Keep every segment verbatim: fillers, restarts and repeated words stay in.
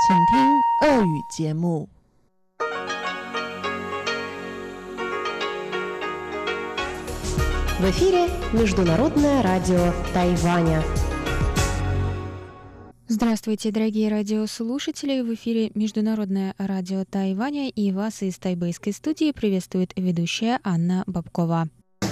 请听俄语节目。 В эфире Международное радио Тайваня. Здравствуйте, дорогие радиослушатели! В эфире Международное радио Тайваня, и вас из тайбэйской студии приветствует ведущая Анна Бабкова.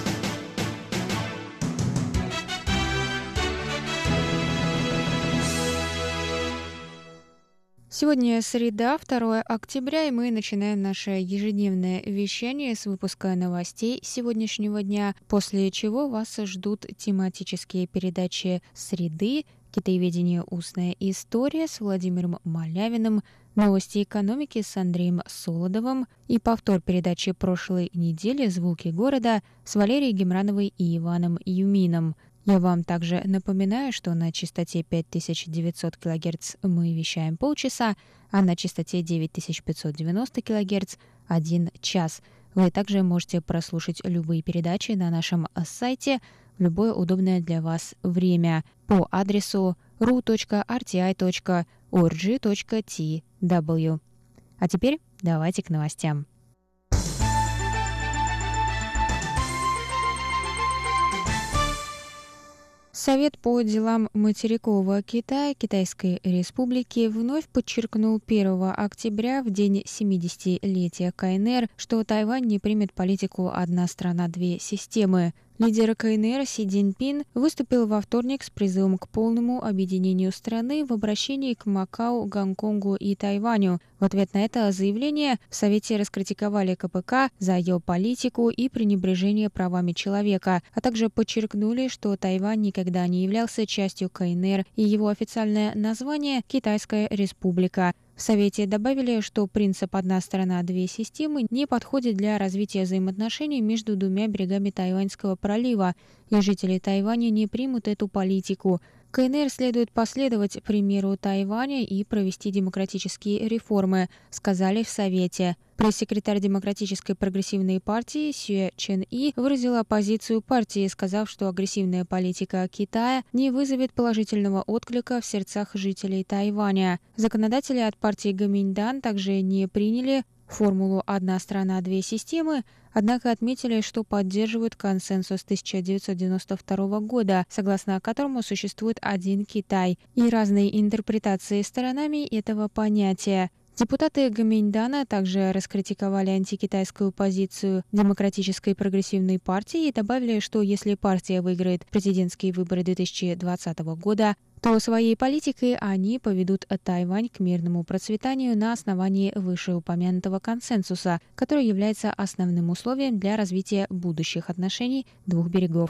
Сегодня среда, второе октября, и мы начинаем наше ежедневное вещание с выпуска новостей сегодняшнего дня, после чего вас ждут тематические передачи «Среды», «Китаеведение. Устная история» с Владимиром Малявиным, «Новости экономики» с Андреем Солодовым и повтор передачи прошлой недели «Звуки города» с Валерией Гемрановой и Иваном Юмином. Я вам также напоминаю, что на частоте пять тысяч девятьсот килогерц мы вещаем полчаса, а на частоте девять тысяч пятьсот девяносто килогерц – один час. Вы также можете прослушать любые передачи на нашем сайте в любое удобное для вас время по адресу ru точка эр ти ай точка орг точка ти дабл ю. А теперь давайте к новостям. Совет по делам материкового Китая Китайской Республики вновь подчеркнул первого октября, в день семидесятилетия КНР, что Тайвань не примет политику «одна страна, две системы». Лидер КНР Си Цзиньпин выступил во вторник с призывом к полному объединению страны в обращении к Макао, Гонконгу и Тайваню. В ответ на это заявление в Совете раскритиковали ка пэ ка за ее политику и пренебрежение правами человека, а также подчеркнули, что Тайвань никогда не являлся частью КНР и его официальное название – Китайская Республика. В Совете добавили, что принцип «одна страна, две системы» не подходит для развития взаимоотношений между двумя берегами Тайваньского пролива, и жители Тайваня не примут эту политику. КНР следует последовать примеру Тайваня и провести демократические реформы, сказали в Совете. Пресс-секретарь Демократической прогрессивной партии Сюэ Чен И выразила позицию партии, сказав, что агрессивная политика Китая не вызовет положительного отклика в сердцах жителей Тайваня. Законодатели от партии Гоминьдан также не приняли формулу «одна страна, две системы», однако отметили, что поддерживают консенсус тысяча девятьсот девяносто второго года, согласно которому существует один Китай, и разные интерпретации сторонами этого понятия. Депутаты Гоминьдана также раскритиковали антикитайскую позицию Демократической прогрессивной партии и добавили, что если партия выиграет президентские выборы две тысячи двадцатого года, то своей политикой они поведут Тайвань к мирному процветанию на основании вышеупомянутого консенсуса, который является основным условием для развития будущих отношений двух берегов.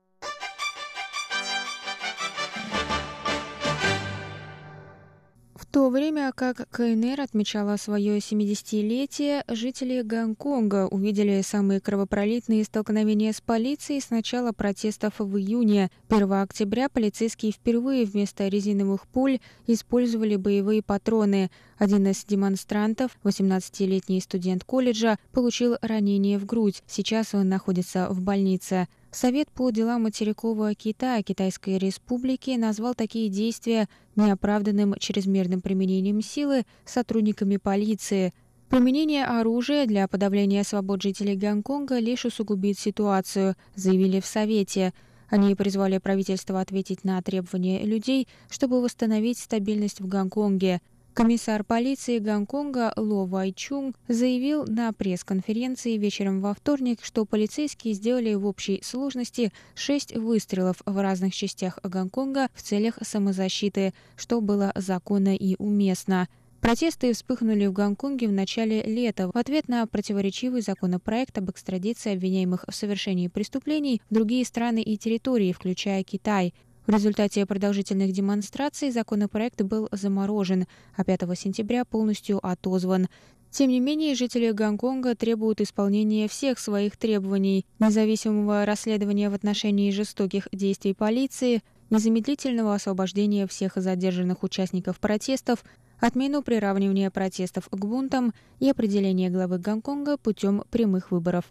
В то время как КНР отмечала свое семидесятилетие, жители Гонконга увидели самые кровопролитные столкновения с полицией с начала протестов в июне. первого октября полицейские впервые вместо резиновых пуль использовали боевые патроны. Один из демонстрантов, восемнадцатилетний студент колледжа, получил ранение в грудь. Сейчас он находится в больнице. Совет по делам материкового Китая Китайской Республики назвал такие действия неоправданным чрезмерным применением силы сотрудниками полиции. Применение оружия для подавления свобод жителей Гонконга лишь усугубит ситуацию, заявили в Совете. Они призвали правительство ответить на требования людей, чтобы восстановить стабильность в Гонконге. Комиссар полиции Гонконга Ло Вайчунг заявил на пресс-конференции вечером во вторник, что полицейские сделали в общей сложности шесть выстрелов в разных частях Гонконга в целях самозащиты, что было законно и уместно. Протесты вспыхнули в Гонконге в начале лета в ответ на противоречивый законопроект об экстрадиции обвиняемых в совершении преступлений в другие страны и территории, включая Китай. В результате продолжительных демонстраций законопроект был заморожен, а пятого сентября полностью отозван. Тем не менее, жители Гонконга требуют исполнения всех своих требований: независимого расследования в отношении жестоких действий полиции, незамедлительного освобождения всех задержанных участников протестов, отмену приравнивания протестов к бунтам и определения главы Гонконга путем прямых выборов.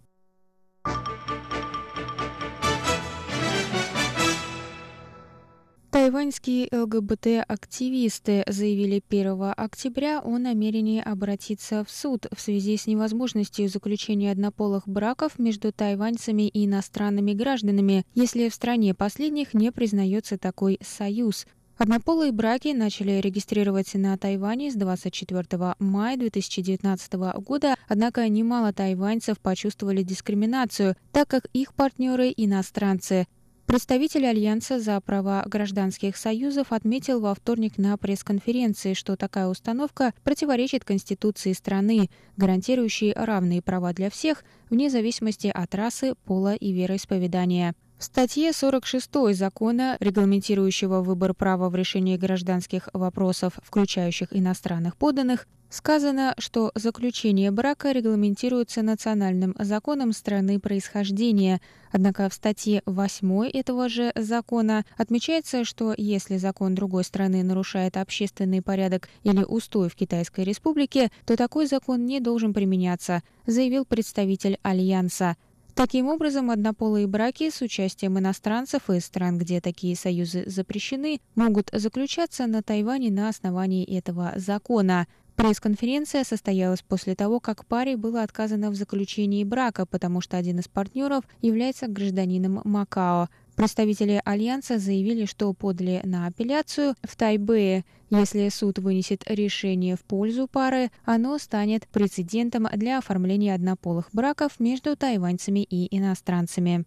Тайваньские ЛГБТ-активисты заявили первого октября о намерении обратиться в суд в связи с невозможностью заключения однополых браков между тайваньцами и иностранными гражданами, если в стране последних не признается такой союз. Однополые браки начали регистрировать на Тайване с двадцать четвёртого мая две тысячи девятнадцатого года, однако немало тайваньцев почувствовали дискриминацию, так как их партнеры – иностранцы. Представитель Альянса за права гражданских союзов отметил во вторник на пресс-конференции, что такая установка противоречит Конституции страны, гарантирующей равные права для всех, вне зависимости от расы, пола и вероисповедания. В статье сорок шестой закона, регламентирующего выбор права в решении гражданских вопросов, включающих иностранных подданных, сказано, что заключение брака регламентируется национальным законом страны происхождения. Однако в статье восьмой этого же закона отмечается, что если закон другой страны нарушает общественный порядок или устой в Китайской Республике, то такой закон не должен применяться, заявил представитель Альянса. Таким образом, однополые браки с участием иностранцев из стран, где такие союзы запрещены, могут заключаться на Тайване на основании этого закона. Пресс-конференция состоялась после того, как паре было отказано в заключении брака, потому что один из партнеров является гражданином Макао. Представители Альянса заявили, что подали на апелляцию в Тайбэе. Если суд вынесет решение в пользу пары, оно станет прецедентом для оформления однополых браков между тайваньцами и иностранцами.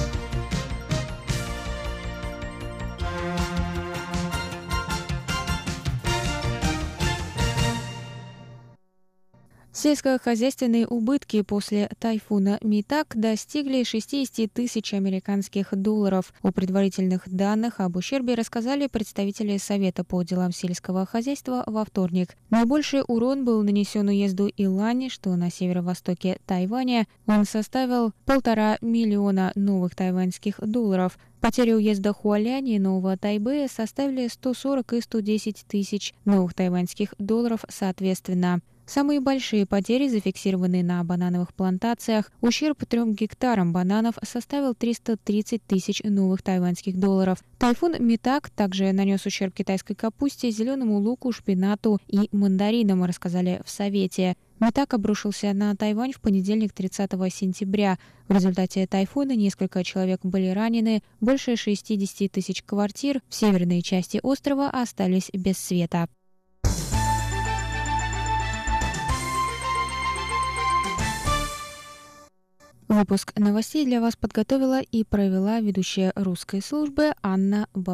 Сельскохозяйственные убытки после тайфуна Митак достигли шестьдесят тысяч американских долларов. О предварительных данных об ущербе рассказали представители Совета по делам сельского хозяйства во вторник. Наибольший урон был нанесен уезду Илани, что на северо-востоке Тайваня. Он составил полтора миллиона новых тайваньских долларов. Потери уезда Хуаляни и Нового Тайбэя составили сто сорок и сто десять тысяч новых тайваньских долларов соответственно. Самые большие потери зафиксированы на банановых плантациях. Ущерб трем гектарам бананов составил триста тридцать тысяч новых тайваньских долларов. Тайфун Митак также нанес ущерб китайской капусте, зеленому луку, шпинату и мандаринам, рассказали в Совете. Митак обрушился на Тайвань в понедельник, тридцатого сентября. В результате тайфуна несколько человек были ранены, больше шестьдесят тысяч квартир в северной части острова остались без света. Выпуск новостей для вас подготовила и провела ведущая русской службы Анна Баб.